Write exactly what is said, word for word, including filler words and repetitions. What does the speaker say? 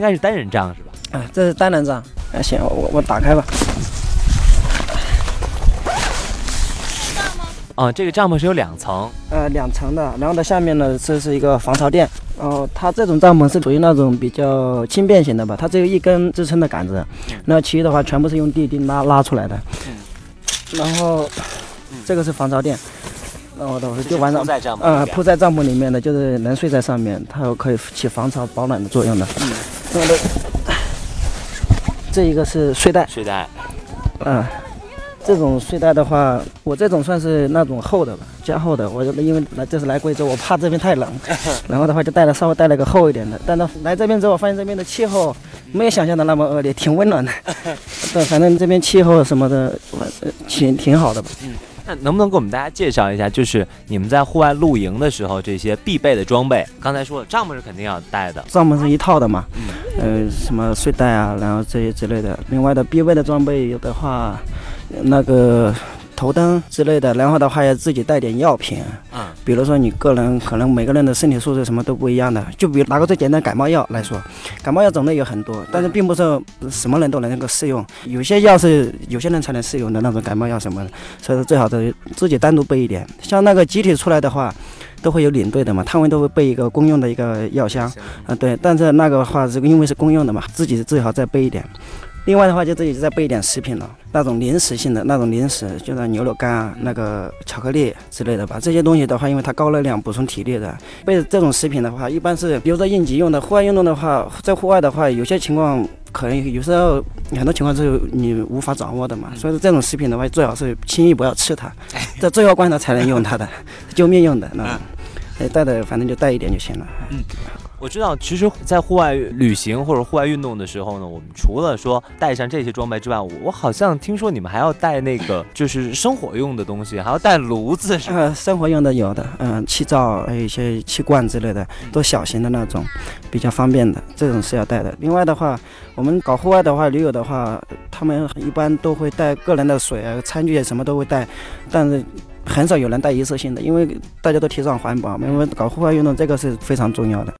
应该是单人帐是吧？ 啊，这是单人帐。啊，行，我我打开吧。 哦，这个帐篷是有两层， 呃，两层的，然后它下面呢，这是一个防潮垫。然后它这种帐篷是属于那种比较轻便型的吧，它只有一根支撑的杆子，那其余的话全部是用地钉拉拉出来的。然后这个是防潮垫，然后的话就晚上呃铺在帐篷里面的，就是能睡在上面，它有可以起防潮保暖的作用的。嗯，然后这一个是睡袋， 睡袋， 嗯。这种睡袋的话，我这种算是那种厚的吧，加厚的。我因为来这次来贵州，我怕这边太冷，然后的话就带了稍微带了个厚一点的。但是来这边之后，我发现这边的气候没有想象的那么恶劣，挺温暖的。对，反正这边气候什么的，挺挺好的吧。 嗯，那能不能给我们大家介绍一下，就是你们在户外露营的时候这些必备的装备？刚才说了，帐篷是肯定要带的， 帐篷是一套的嘛，嗯、呃，什么睡袋啊，然后这些之类的。另外的必备的装备的话，那个头灯之类的，然后的话要自己带点药品，嗯，比如说你个人可能每个人的身体素质什么都不一样的，就比如拿个最简单的感冒药来说，感冒药种类有很多，但是并不是什么人都能够适用，有些药是有些人才能适用的那种感冒药什么的，所以说最好的自己单独备一点。像那个集体出来的话，都会有领队的嘛，他们都会备一个公用的一个药箱，啊对，但是那个话是因为是公用的嘛，自己最好再备一点。另外的话，就自己再备一点食品了，那种零食性的那种零食，就是牛肉干啊、那个巧克力之类的吧。这些东西的话，因为它高热量，补充体力的。备这种食品的话，一般是比如说应急用的。户外运动的话，在户外的话，有些情况可能有时候很多情况是你无法掌握的嘛。所以说这种食品的话，最好是轻易不要吃它，在最后关头才能用它的，救命用的那种。哎，带的反正就带一点就行了。 嗯。我知道，其实，在户外旅行或者户外运动的时候呢，我们除了说带上这些装备之外，我好像听说你们还要带那个就是生火用的东西，还要带炉子是吧？ 呃，生活用的有的，嗯、呃，气灶，还有一些气罐之类的，都小型的那种，比较方便的，这种是要带的。另外的话，我们搞户外的话，驴友的话，他们一般都会带个人的水啊、餐具啊，什么都会带，但是很少有人带一次性的，因为大家都提倡环保，因为搞户外运动这个是非常重要的。